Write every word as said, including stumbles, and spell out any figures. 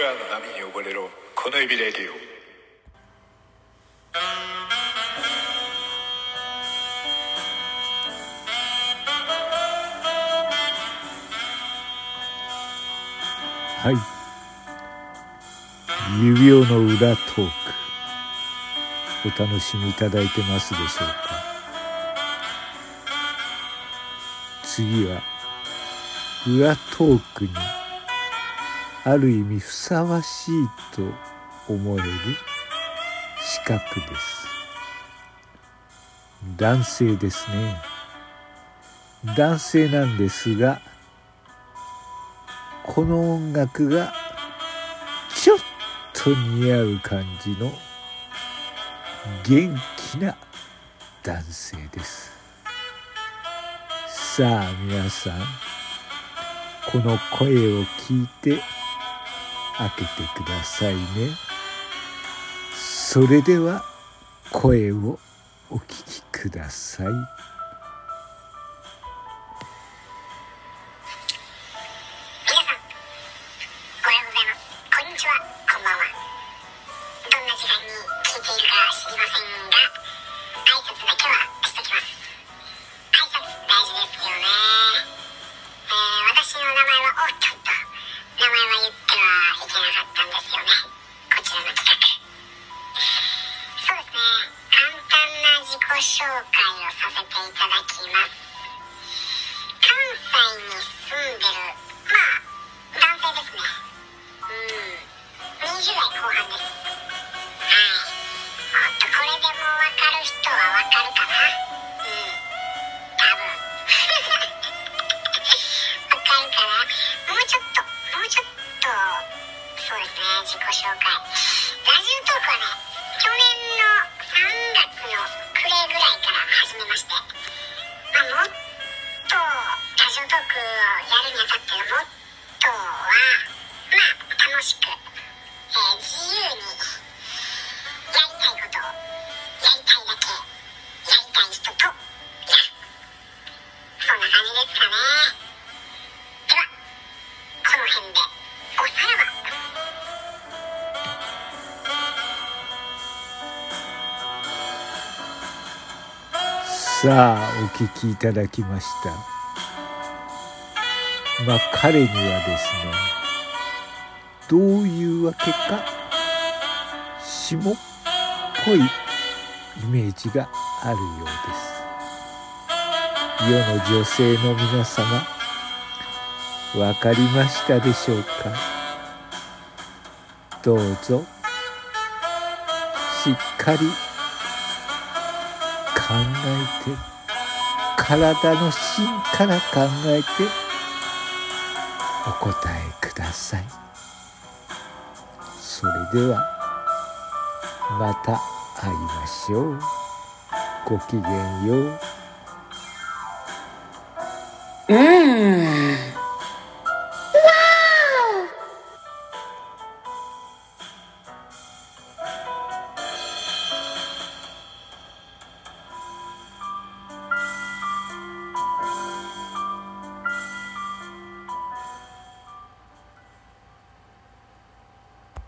ラーの波に溺れろ、この指レディオ。 はい、指輪の裏トークお楽しみいただいてますでしょうか。次は裏トークにある意味ふさわしいと思える資格です。男性ですね。男性なんですが、この音楽がちょっと似合う感じの元気な男性です。さあ皆さん、この声を聞いて開けてくださいね。それでは声をお聞きください。 紹介をさせていただきます。関西に住んでる、まあ男性ですね。うん、にじゅう代後半です。はい。おっと、これでも分かる人は分かるかな。うん、多分分かるから、もうちょっともうちょっとそうですね、自己紹介。ラジオトークはね、去年のさんがつの暮れぐらいから始めまして、まあ、もっとラジオトークをやるにあたってのモットーは、まあ楽しく、えー、自由にやりたいことをやりたいだけやりたい人とやる、そんな感じですかね。ではこの辺でおさらば。 さあお聞きいただきました。まあ彼にはですね、どういうわけか下っぽいイメージがあるようです。世の女性の皆様、わかりましたでしょうか。どうぞしっかり考えて、体の芯から考えてお答えください。それではまた会いましょう。ごきげんよう。